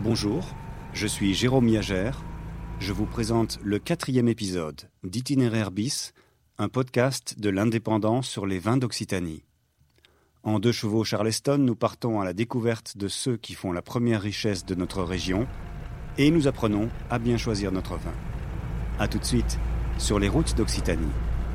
Bonjour, je suis Jérôme Miagère. Je vous présente le 4e épisode d'Itinéraire bis, un podcast de l'Indépendant sur les vins d'Occitanie. En 2 chevaux Charleston, nous partons à la découverte de ceux qui font la première richesse de notre région et nous apprenons à bien choisir notre vin. A tout de suite sur les routes d'Occitanie.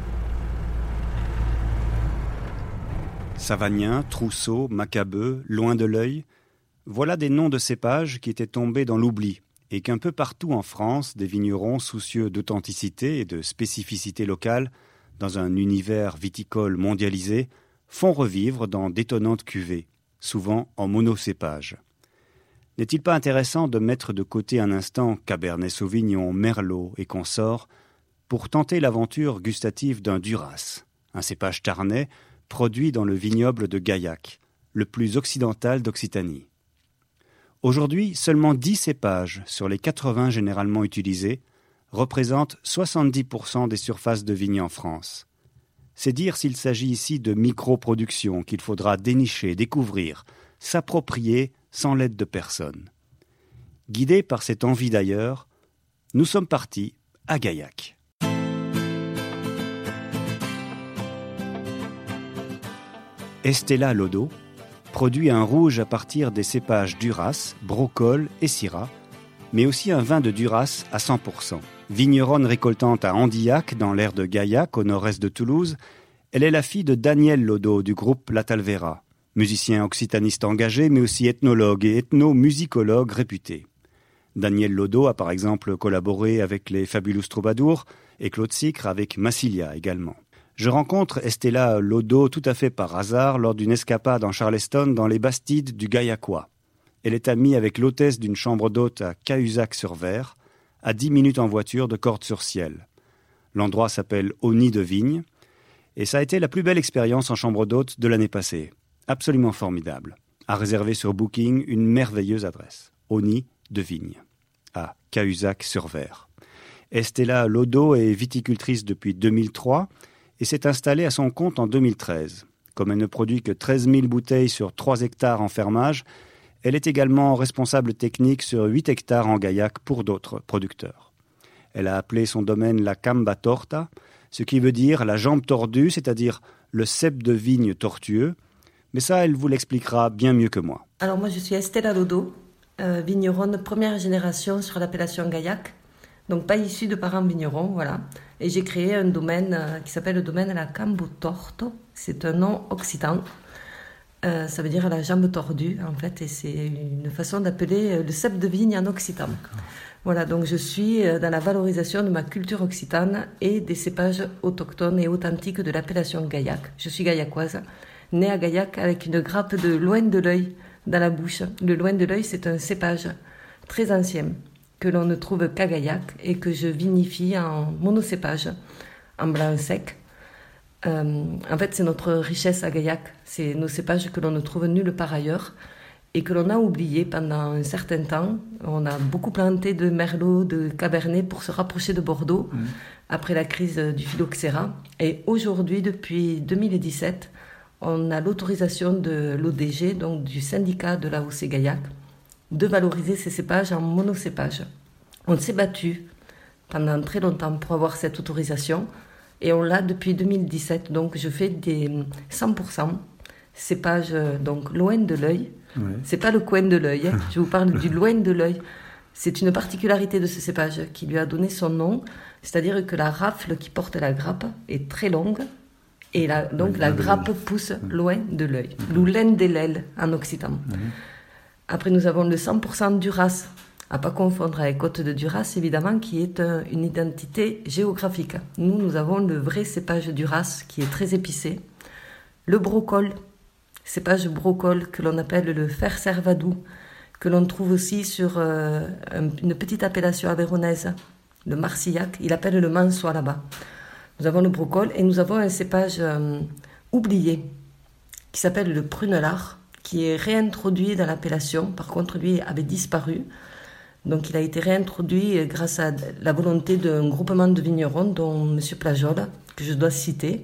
Savagnin, Trousseau, Macabeu, Loin de l'Œil, voilà des noms de cépages qui étaient tombés dans l'oubli et qu'un peu partout en France, des vignerons soucieux d'authenticité et de spécificité locale, dans un univers viticole mondialisé, font revivre dans d'étonnantes cuvées, souvent en monocépage. N'est-il pas intéressant de mettre de côté un instant Cabernet Sauvignon, Merlot et consorts pour tenter l'aventure gustative d'un Duras, un cépage tarnais produit dans le vignoble de Gaillac, le plus occidental d'Occitanie. Aujourd'hui, seulement 10 cépages sur les 80 généralement utilisés représentent 70% des surfaces de vignes en France. C'est dire s'il s'agit ici de micro-production qu'il faudra dénicher, découvrir, s'approprier sans l'aide de personne. Guidés par cette envie d'ailleurs, nous sommes partis à Gaillac. Estella Lodo produit un rouge à partir des cépages Duras, Brocol et Syrah, mais aussi un vin de Duras à 100%. Vigneronne récoltante à Andillac, dans l'aire de Gaillac, au nord-est de Toulouse, elle est la fille de Daniel Lodo du groupe La Talvera, musicien occitaniste engagé, mais aussi ethnologue et ethnomusicologue réputé. Daniel Lodo a par exemple collaboré avec les Fabulous Troubadours et Claude Sicre avec Massilia également. Je rencontre Estella Lodo tout à fait par hasard lors d'une escapade en Charleston dans les Bastides du Gaillacois. Elle est amie avec l'hôtesse d'une chambre d'hôte à Cahuzac-sur-Ver, à 10 minutes en voiture de Cordes-sur-Ciel. L'endroit s'appelle Au Nid de Vigne, et ça a été la plus belle expérience en chambre d'hôte de l'année passée. Absolument formidable. À réserver sur Booking une merveilleuse adresse. Au Nid de Vigne, à Cahuzac-sur-Ver. Estella Lodo est viticultrice depuis 2003 et s'est installée à son compte en 2013. Comme elle ne produit que 13 000 bouteilles sur 3 hectares en fermage, elle est également responsable technique sur 8 hectares en Gaillac pour d'autres producteurs. Elle a appelé son domaine la Camba Torta, ce qui veut dire la jambe tordue, c'est-à-dire le cep de vigne tortueux. Mais ça, elle vous l'expliquera bien mieux que moi. Alors moi, je suis Estella Lodo, vigneronne première génération sur l'appellation Gaillac. Donc pas issue de parents vignerons, voilà. Et j'ai créé un domaine qui s'appelle le domaine la Cambo Torto. C'est un nom occitan. Ça veut dire la jambe tordue, en fait. Et c'est une façon d'appeler le cep de vigne en occitan. D'accord. Voilà, donc je suis dans la valorisation de ma culture occitane et des cépages autochtones et authentiques de l'appellation Gaillac. Je suis gaillacoise, née à Gaillac avec une grappe de Loin de l'Œil dans la bouche. Le Loin de l'Œil, c'est un cépage très ancien que l'on ne trouve qu'à Gaillac et que je vinifie en monocépage, en blanc sec. En fait, c'est notre richesse à Gaillac. C'est nos cépages que l'on ne trouve nulle part ailleurs et que l'on a oubliés pendant un certain temps. On a beaucoup planté de Merlot, de Cabernet pour se rapprocher de Bordeaux après la crise du phylloxéra. Et aujourd'hui, depuis 2017, on a l'autorisation de l'ODG, donc du syndicat de l'AOC Gaillac, de valoriser ces cépages en monocépage. On s'est battu pendant très longtemps pour avoir cette autorisation et on l'a depuis 2017. Donc je fais des 100% cépages donc Loin de l'Œil. Ouais. C'est pas le coin de l'œil, hein. Je vous parle du Loin de l'Œil. C'est une particularité de ce cépage qui lui a donné son nom, c'est-à-dire que la rafle qui porte la grappe est très longue et donc la grappe pousse loin de l'œil. Loulin de l'aile en occitan. Après, nous avons le 100% Duras, à ne pas confondre avec Côte de Duras, évidemment, qui est une identité géographique. Nous avons le vrai cépage Duras, qui est très épicé. Le Brocol, cépage Brocol, que l'on appelle le Fer Servadou, que l'on trouve aussi sur une petite appellation avéronaise, le Marcillac. Il appelle le Mansois là-bas. Nous avons le Brocol et nous avons un cépage oublié, qui s'appelle le Prunelard, qui est réintroduit dans l'appellation. Par contre, lui avait disparu. Donc, il a été réintroduit grâce à la volonté d'un groupement de vignerons, dont M. Plageol, que je dois citer,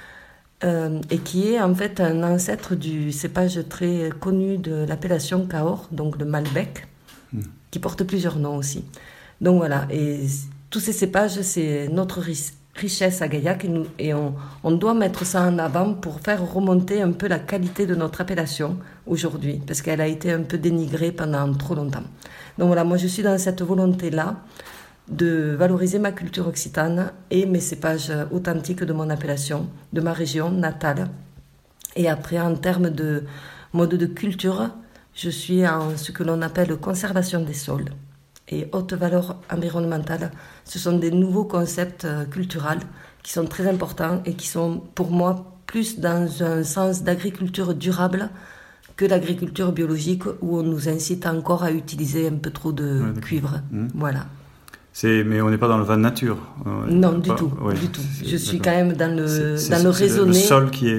et qui est en fait un ancêtre du cépage très connu de l'appellation Cahors, donc le Malbec. qui porte plusieurs noms aussi. Donc voilà, et tous ces cépages, c'est notre richesse à Gaillac, et on doit mettre ça en avant pour faire remonter un peu la qualité de notre appellation aujourd'hui, parce qu'elle a été un peu dénigrée pendant trop longtemps. Donc voilà, moi je suis dans cette volonté-là de valoriser ma culture occitane et mes cépages authentiques de mon appellation, de ma région natale. Et après, en termes de mode de culture, je suis en ce que l'on appelle conservation des sols et haute valeur environnementale. Ce sont des nouveaux concepts culturels qui sont très importants et qui sont pour moi plus dans un sens d'agriculture durable que l'agriculture biologique où on nous incite encore à utiliser un peu trop de cuivre. Voilà. Mais on n'est pas dans le vin de nature. Non, du tout. Je suis quand même dans le raisonné. Le sol qui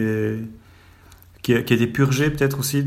a été purgé peut-être aussi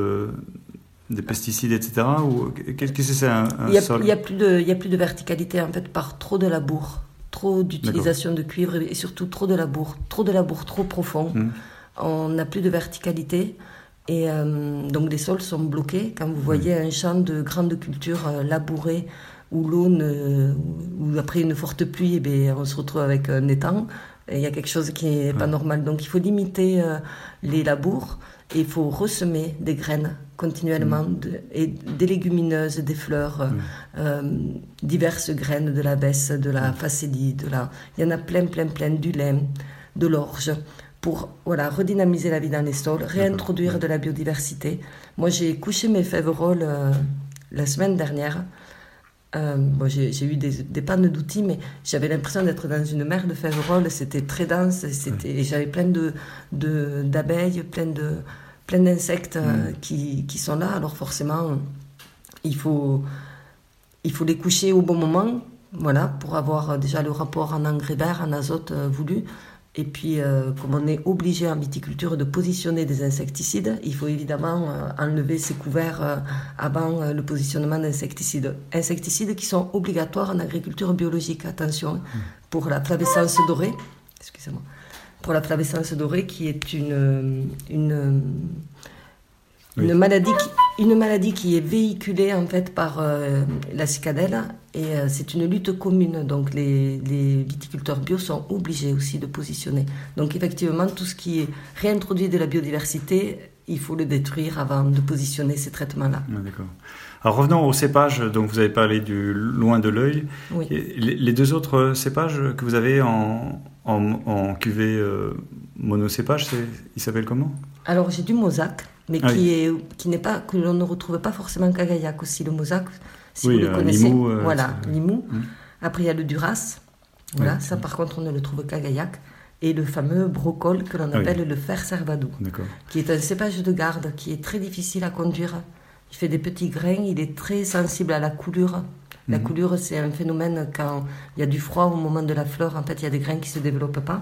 des pesticides, etc. Ou qu'est-ce que c'est un sol? Il y a plus de verticalité en fait par trop de labour, trop d'utilisation de cuivre et surtout trop de labour trop profond. On n'a plus de verticalité et donc les sols sont bloqués. Quand vous voyez un champ de grande culture labouré où l'eau où après une forte pluie, on se retrouve avec un étang. Et il y a quelque chose qui n'est pas normal. Donc il faut limiter les labours et il faut ressemer des graines continuellement, et des légumineuses, des fleurs, diverses graines, de la besse, de la facélie, il y en a plein, du lin, de l'orge, pour redynamiser la vie dans les sols, réintroduire de la biodiversité. Moi, j'ai couché mes fèverolles la semaine dernière. J'ai eu des pannes d'outils, mais j'avais l'impression d'être dans une mer de fèverolles. C'était très dense, et j'avais plein d'abeilles, plein d'insectes qui sont là. Alors forcément, il faut les coucher au bon moment, pour avoir déjà le rapport en engrais verts, en azote voulu. Et puis, comme on est obligé en viticulture de positionner des insecticides, il faut évidemment enlever ces couverts avant le positionnement d'insecticides. Insecticides qui sont obligatoires en agriculture biologique, attention, pour la flavescence dorée. Excusez-moi. Pour la flavescence dorée, qui est une maladie qui est véhiculée en fait par la cicadelle, et c'est une lutte commune. Donc les viticulteurs bio sont obligés aussi de positionner. Donc effectivement, tout ce qui est réintroduit de la biodiversité, il faut le détruire avant de positionner ces traitements-là. Ah, d'accord. Alors revenons aux cépages. Donc vous avez parlé du loin de l'œil. Oui. Les deux autres cépages que vous avez en cuvée monocépage, ils s'appellent comment? Alors j'ai du Mauzac, mais que l'on ne retrouve pas forcément qu'à Gaillac aussi. Le Mauzac, si vous le connaissez. Limoux, Limoux. Après il y a le Duras. Ça par contre on ne le trouve qu'à Gaillac. Et le fameux brocol que l'on appelle le fer servadou, qui est un cépage de garde qui est très difficile à conduire. Il fait des petits grains, il est très sensible à la coulure. La coulure, c'est un phénomène quand il y a du froid au moment de la fleur. En fait, il y a des grains qui ne se développent pas.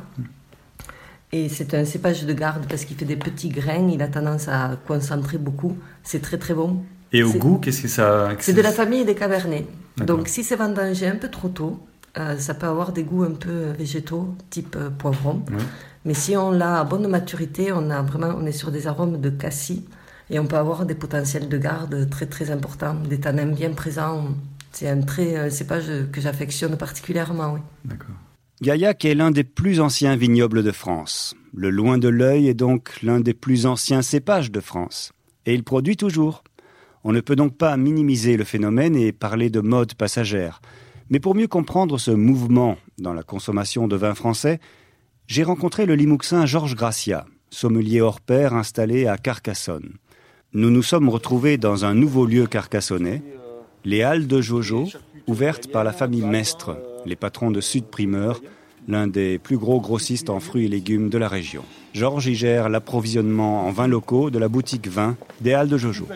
Et c'est un cépage de garde parce qu'il fait des petits grains, il a tendance à concentrer beaucoup. C'est très très bon. Et au goût, qu'est-ce que ça... C'est de la famille des Cavernets. Donc si c'est vendangé un peu trop tôt, ça peut avoir des goûts un peu végétaux, type poivron. Mais si on l'a à bonne maturité, on est sur des arômes de cassis et on peut avoir des potentiels de garde très très importants, des tanins bien présents. C'est un cépage que j'affectionne particulièrement. D'accord. Gaillac est l'un des plus anciens vignobles de France. Le loin de l'œil est donc l'un des plus anciens cépages de France. Et il produit toujours. On ne peut donc pas minimiser le phénomène et parler de mode passagère. Mais pour mieux comprendre ce mouvement dans la consommation de vin français, j'ai rencontré le Limouxin Georges Gracia, sommelier hors pair installé à Carcassonne. Nous nous sommes retrouvés dans un nouveau lieu carcassonnais, les Halles de Jojo, ouvertes par la famille Mestre, les patrons de Sud Primeur, l'un des plus gros grossistes en fruits et légumes de la région. Georges y gère l'approvisionnement en vins locaux de la boutique vin des Halles de Jojo.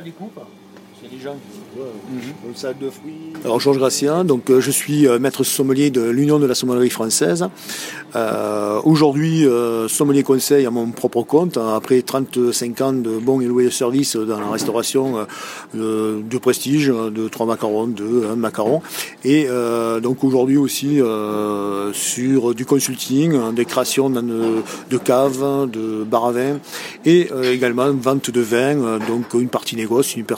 Alors Georges Gracia, donc je suis maître sommelier de l'Union de la sommellerie française. Aujourd'hui, sommelier conseil à mon propre compte, après 35 ans de bons et loyaux services dans la restauration de prestige, de 3 macarons, de 1 macaron. Et donc aujourd'hui aussi sur du consulting, des créations de caves, de bars à vin, et également vente de vin, donc une partie négoce, une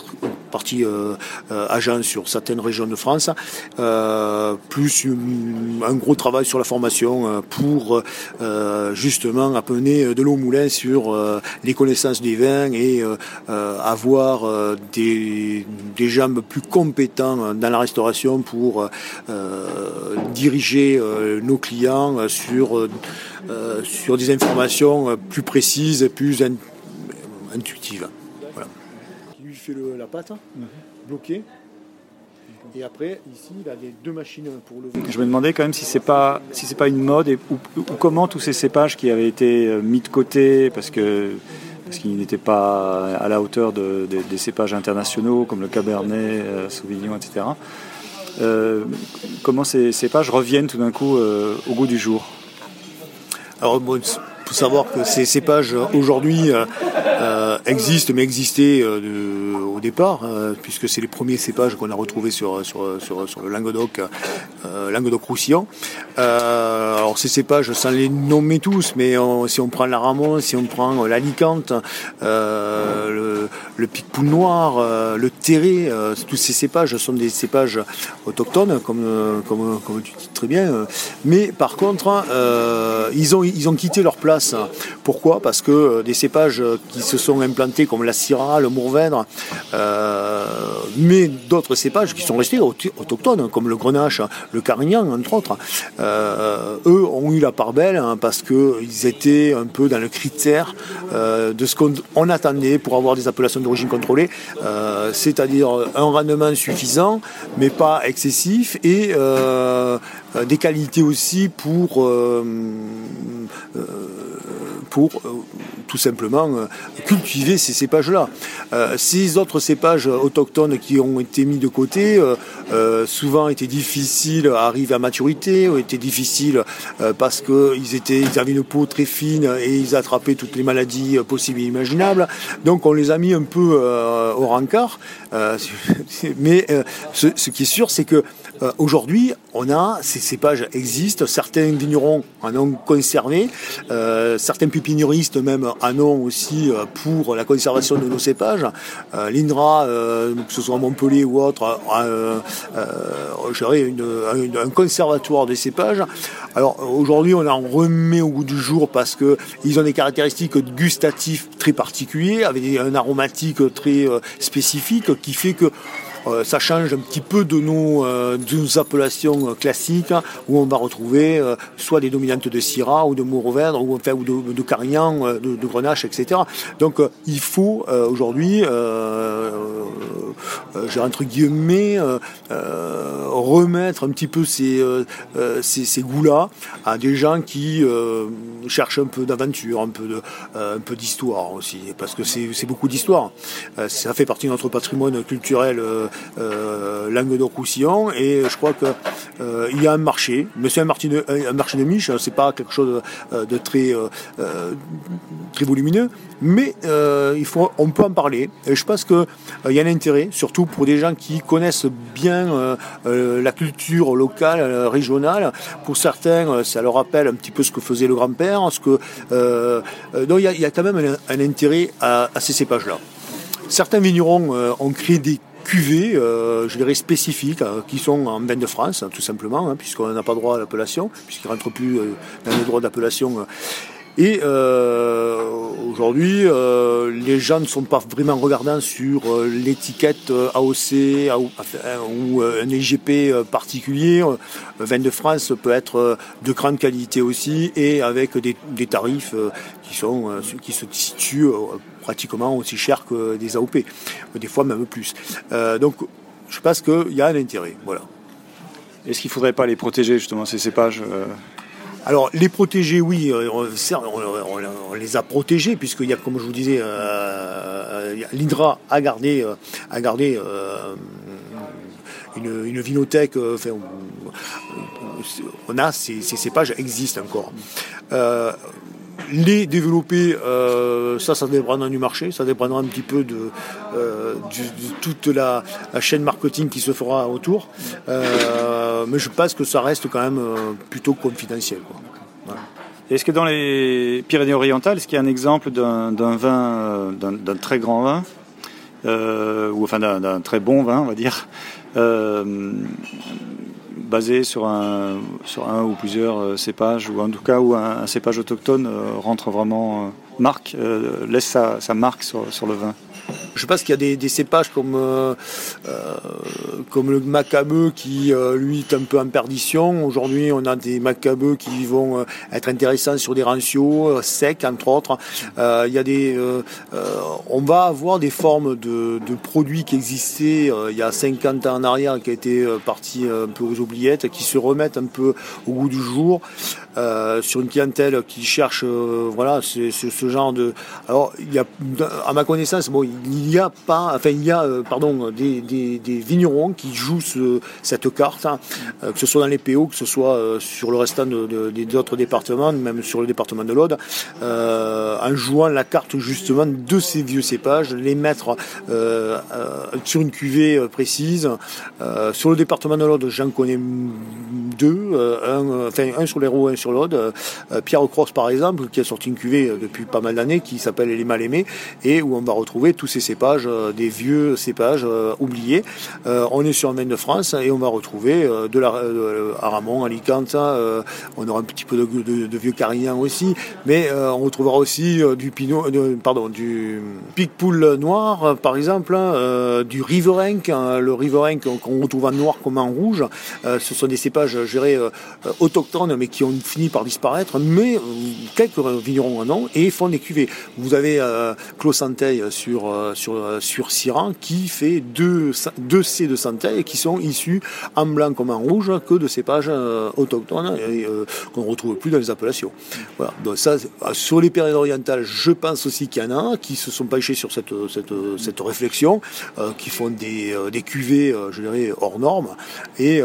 partie agent sur certaines régions de France, plus un gros travail sur la formation pour justement amener de l'eau au moulin sur les connaissances des vins et avoir des gens plus compétents dans la restauration pour diriger nos clients sur des informations plus précises et plus intuitives. Voilà. Il lui fait la pâte, bloquée. Et après, ici, il a les 2 machines pour lever. Je me demandais quand même si c'est pas une mode ou comment tous ces cépages qui avaient été mis de côté parce qu'ils n'étaient pas à la hauteur des cépages internationaux comme le Cabernet, Sauvignon, etc. Comment ces cépages reviennent tout d'un coup au goût du jour? Alors, bon, faut savoir que ces cépages aujourd'hui existent, mais existaient au départ, puisque c'est les premiers cépages qu'on a retrouvés sur le Languedoc-Roussillon. Alors ces cépages, sans les nommer tous, mais si on prend la Ramon, si on prend l'Alicante, le Picpoul noir, le Terré, tous ces cépages sont des cépages autochtones, comme tu dis très bien. Mais par contre, ils ont quitté leur place. Pourquoi ? Parce que des cépages qui se sont implantés comme la Syrah, le Mourvèdre, mais d'autres cépages qui sont restés autochtones, comme le Grenache, le Carignan, entre autres, eux ont eu la part belle parce qu'ils étaient un peu dans le critère de ce qu'on attendait pour avoir des appellations d'origine contrôlée, c'est-à-dire un rendement suffisant, mais pas excessif, et des qualités aussi pour tout simplement cultiver ces cépages-là. Ces autres cépages autochtones qui ont été mis de côté, souvent étaient difficiles à arriver à maturité, ont été difficiles parce qu'ils avaient une peau très fine et ils attrapaient toutes les maladies possibles et imaginables. Donc on les a mis un peu au rencard. Mais ce qui est sûr, c'est que aujourd'hui, ces cépages existent, certains vignerons en ont conservé, certains pépiniéristes même en ont aussi pour la conservation de nos cépages. L'INRA, que ce soit à Montpellier ou autre, j'aurais un conservatoire des cépages. Alors aujourd'hui, on en remet au goût du jour parce qu'ils ont des caractéristiques gustatives très particulières, avec un aromatique très spécifique qui fait que ça change un petit peu de nos appellations classiques où on va retrouver soit des dominantes de Syrah ou de Mourvèdre ou de Carignan, de Grenache, etc. Donc il faut aujourd'hui, entre guillemets, remettre un petit peu ces goûts-là à des gens qui cherchent un peu d'aventure, un peu d'histoire aussi, parce que c'est beaucoup d'histoire. Ça fait partie de notre patrimoine culturel Languedoc-Roussillon, et je crois que il y a un marché, mais c'est un marché de niche, c'est pas quelque chose de très volumineux, mais on peut en parler, et je pense que il y a un intérêt, surtout pour des gens qui connaissent bien la culture locale, régionale. Pour certains, ça leur rappelle un petit peu ce que faisait le grand-père, donc il y a quand même un intérêt à ces cépages-là. Certains vignerons ont créé des cuvées, je dirais spécifiques, qui sont en vin de France, tout simplement, puisqu'on n'a pas droit à l'appellation, puisqu'ils ne rentrent plus dans le droit d'appellation. Et aujourd'hui, les gens ne sont pas vraiment regardants sur l'étiquette AOC ou un IGP particulier. Vin de France peut être de grande qualité aussi, et avec des tarifs qui se situent pratiquement aussi cher que des AOP, des fois même plus. Donc je pense qu'il y a un intérêt. Voilà. Est-ce qu'il ne faudrait pas les protéger justement, ces cépages Alors les protéger, oui, on les a protégés, puisqu'il y a, comme je vous disais, l'INRA a gardé une vinothèque. Ces cépages existent encore. Les développer, ça dépendra du marché, ça dépendra un petit peu de toute la chaîne marketing qui se fera autour, mais je pense que ça reste quand même plutôt confidentiel, quoi. Voilà. Est-ce que dans les Pyrénées-Orientales, est-ce qu'il y a un exemple d'un vin, d'un très grand vin ou enfin d'un très bon vin, on va dire, basé sur un ou plusieurs cépages, ou en tout cas où un cépage autochtone rentre vraiment, laisse sa marque sur le vin. Je pense qu'il y a des cépages comme le macabeu qui, lui, est un peu en perdition. Aujourd'hui, on a des macabeux qui vont être intéressants sur des ranциos secs, entre autres. On va avoir des formes de produits qui existaient il y a 50 ans en arrière, qui étaient partis un peu aux oubliettes, qui se remettent un peu au goût du jour. Sur une clientèle qui cherche ce genre de... Alors, il y a, à ma connaissance, il y a des vignerons qui jouent cette carte, que ce soit dans les PO, que ce soit sur le restant des autres départements, même sur le département de l'Aude, en jouant la carte justement de ces vieux cépages, les mettre sur une cuvée précise. Sur le département de l'Aude, j'en connais deux, un sur l'Hérault, un sur l'Aude, Pierre Cross par exemple, qui a sorti une cuvée depuis pas mal d'années qui s'appelle Les Mal Aimés, et où on va retrouver tous ces cépages, des vieux cépages oubliés. On est sur un Maine de France et on va retrouver à Ramon, Alicante, on aura un petit peu de vieux Carignan aussi, mais on retrouvera aussi du Picpoul noir par exemple, du Riverainque, le Riverainque qu'on retrouve en noir comme en rouge. Ce sont des cépages, je dirais, autochtones, mais qui ont fini par disparaître, mais quelques vignerons en ont et font des cuvées. Vous avez Clos Santeil sur Syrah qui fait deux C de Santeil qui sont issus en blanc comme en rouge que de cépages autochtones et qu'on ne retrouve plus dans les appellations. Voilà. Donc ça, sur les périodes orientales, je pense aussi qu'il y en a qui se sont penchés sur cette réflexion, qui font des cuvées, je dirais, hors normes, et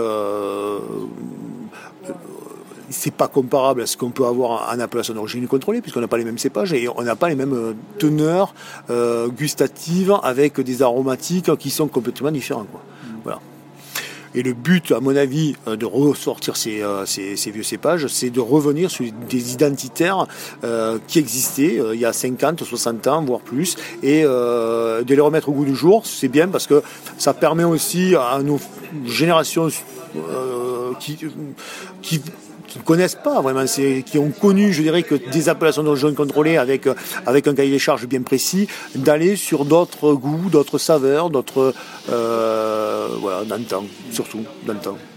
c'est pas comparable à ce qu'on peut avoir en appellation d'origine contrôlée, puisqu'on n'a pas les mêmes cépages et on n'a pas les mêmes teneurs gustatives avec des aromatiques qui sont complètement différents, quoi. Voilà. Et le but, à mon avis, de ressortir ces vieux cépages, c'est de revenir sur des identitaires qui existaient il y a 50, 60 ans, voire plus, et de les remettre au goût du jour. C'est bien parce que ça permet aussi à nos générations qui ne connaissent pas vraiment, qui ont connu, je dirais, que des appellations d'origine contrôlée avec un cahier des charges bien précis, d'aller sur d'autres goûts, d'autres saveurs, d'autres dans le temps, surtout dans le temps.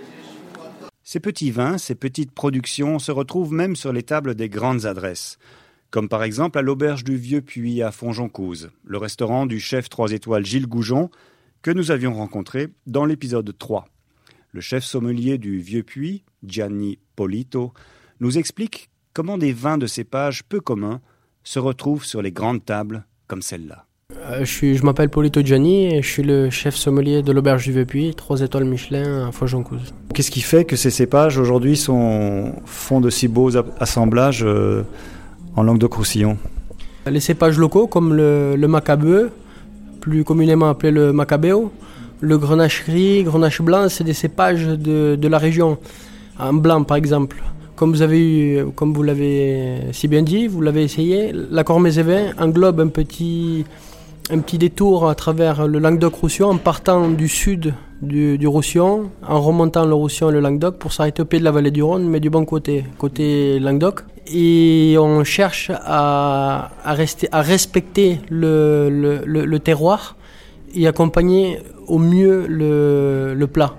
Ces petits vins, ces petites productions se retrouvent même sur les tables des grandes adresses, comme par exemple à l'auberge du Vieux Puy à Fonjoncouze, le restaurant du chef 3 étoiles Gilles Goujon, que nous avions rencontré dans l'épisode 3. Le chef sommelier du Vieux Puy, Gianni Polito, nous explique comment des vins de cépages peu communs se retrouvent sur les grandes tables comme celle-là. Je m'appelle Polito Gianni et je suis le chef sommelier de l'auberge du Vieux Puy, 3 étoiles Michelin à Fonjoncouze. Qu'est-ce qui fait que ces cépages aujourd'hui font de si beaux assemblages en Languedoc-Roussillon ? Les cépages locaux comme le macabeu, plus communément appelé le macabeo, le grenache gris, grenache blanc, c'est des cépages de la région. En blanc, par exemple. Comme vous l'avez si bien dit, vous l'avez essayé, la Cormez-et-Vins englobe un petit détour à travers le Languedoc-Roussillon en partant du sud du Roussillon, en remontant le Roussillon et le Languedoc pour s'arrêter au pied de la vallée du Rhône, mais du bon côté Languedoc. Et on cherche à respecter le terroir et accompagner au mieux le plat.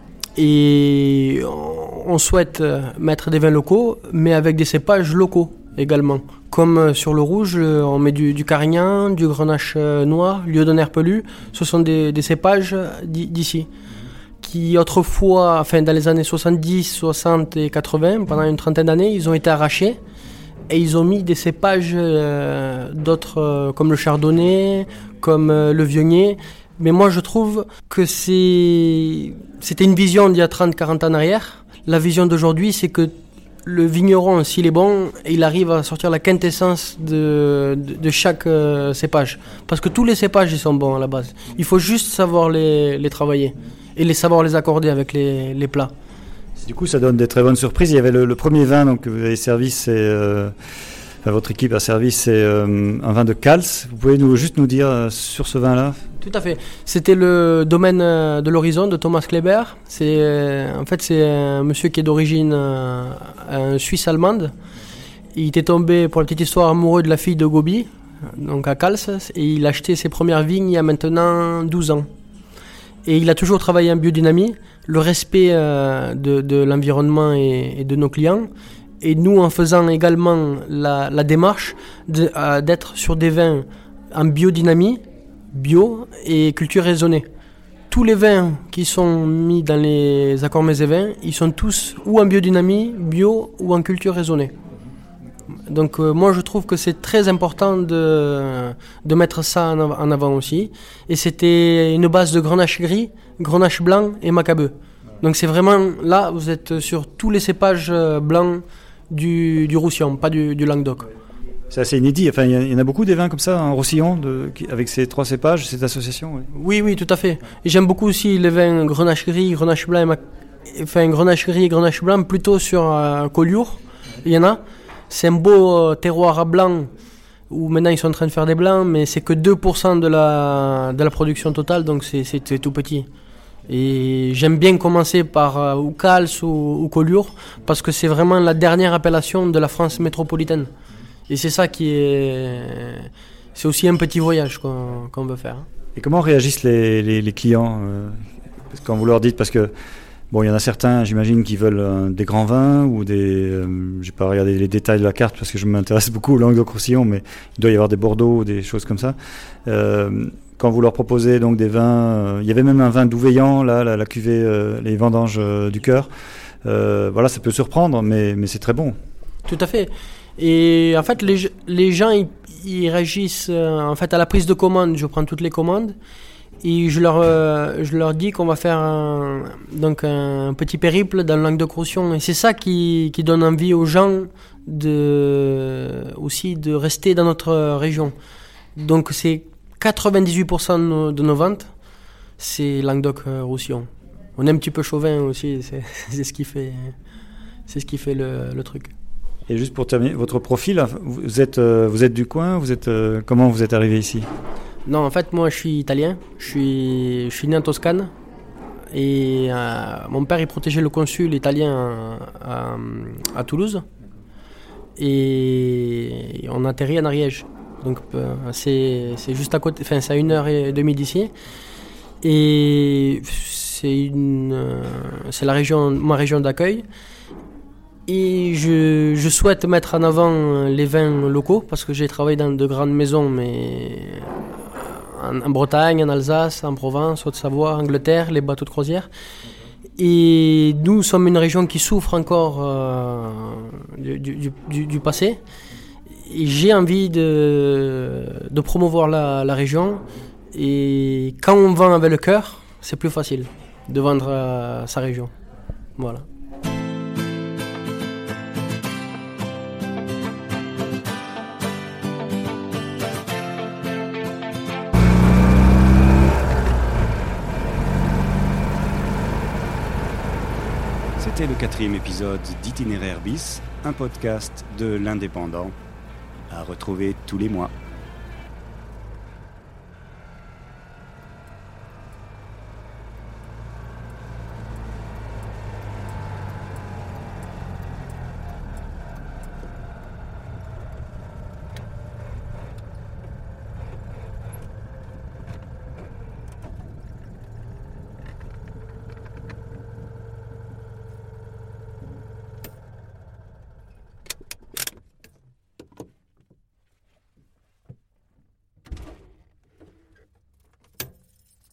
Et on souhaite mettre des vins locaux, mais avec des cépages locaux également. Comme sur le rouge, on met du Carignan, du Grenache noir, lieu d'honneur pelu. Ce sont des cépages d'ici, qui autrefois, dans les années 70, 60 et 80, pendant une trentaine d'années, ils ont été arrachés. Et ils ont mis des cépages d'autres, comme le chardonnay, comme le viognier. Mais moi, je trouve que c'était une vision d'il y a 30-40 ans en arrière. La vision d'aujourd'hui, c'est que le vigneron, s'il est bon, il arrive à sortir la quintessence de chaque cépage. Parce que tous les cépages, ils sont bons à la base. Il faut juste savoir les travailler et savoir les accorder avec les plats. votre équipe a servi, c'est un vin de Cals. Vous pouvez juste nous dire sur ce vin-là? Tout à fait. C'était le domaine de l'Horizon de Thomas Kleber. C'est un monsieur qui est d'origine suisse-allemande. Il était tombé, pour la petite histoire, amoureux de la fille de Gobi, donc à Cals, et il a acheté ses premières vignes il y a maintenant 12 ans. Et il a toujours travaillé en biodynamie, le respect de l'environnement et de nos clients. Et nous, en faisant également la démarche d'être sur des vins en biodynamie, bio et culture raisonnée. Tous les vins qui sont mis dans les accords mets et vins, ils sont tous ou en biodynamie, bio ou en culture raisonnée. Donc moi je trouve que c'est très important de mettre ça en avant aussi. Et c'était une base de Grenache gris, Grenache blanc et Macabeu. Donc c'est vraiment, là vous êtes sur tous les cépages blancs du Roussillon, pas du Languedoc. C'est assez inédit. Enfin, il y en a beaucoup des vins comme ça en Roussillon, avec ces 3 cépages, cette association. Oui, tout à fait. Et j'aime beaucoup aussi les vins Grenache gris, Grenache blanc, Grenache gris et Grenache blanc plutôt sur Collioure. Il y en a. C'est un beau terroir à blanc où maintenant ils sont en train de faire des blancs, mais c'est que 2% de la production totale, donc c'est tout petit. Et j'aime bien commencer par ou Cals ou Collioure parce que c'est vraiment la dernière appellation de la France métropolitaine. Et c'est ça c'est aussi un petit voyage qu'on veut faire. Et comment réagissent les clients quand vous leur dites, parce que bon, il y en a certains, j'imagine, qui veulent des grands vins ou des... j'ai pas regardé les détails de la carte parce que je m'intéresse beaucoup au Languedoc-Roussillon, mais il doit y avoir des Bordeaux ou des choses comme ça. Quand vous leur proposez donc des vins, il y avait même un vin d'Ouveillan, là, la cuvée Les Vendanges du Cœur. Voilà, ça peut surprendre, mais c'est très bon. Tout à fait. Et en fait, les gens, ils réagissent en fait à la prise de commande. Je prends toutes les commandes et je leur dis qu'on va faire un petit périple dans le Languedoc-Roussillon. Et c'est ça qui donne envie aux gens aussi de rester dans notre région. Donc c'est 98% de nos ventes, c'est Languedoc-Roussillon. On est un petit peu chauvin aussi, c'est ce qui fait le truc. Et juste pour terminer, votre profil, vous êtes du coin, comment vous êtes arrivé ici? Non, en fait, moi je suis italien, je suis né en Toscane et mon père il protégeait le consul italien à Toulouse et on atterrit en Ariège. Donc c'est juste à côté, enfin c'est à 1h30 d'ici et c'est ma région d'accueil. Et je souhaite mettre en avant les vins locaux parce que j'ai travaillé dans de grandes maisons, mais en Bretagne, en Alsace, en Provence, Haute-Savoie, Angleterre, les bateaux de croisière. Et nous sommes une région qui souffre encore du passé. Et j'ai envie de promouvoir la région. Et quand on vend avec le cœur, c'est plus facile de vendre sa région. Voilà. C'était le 4e épisode d'Itinéraire bis, un podcast de l'Indépendant, à retrouver tous les mois.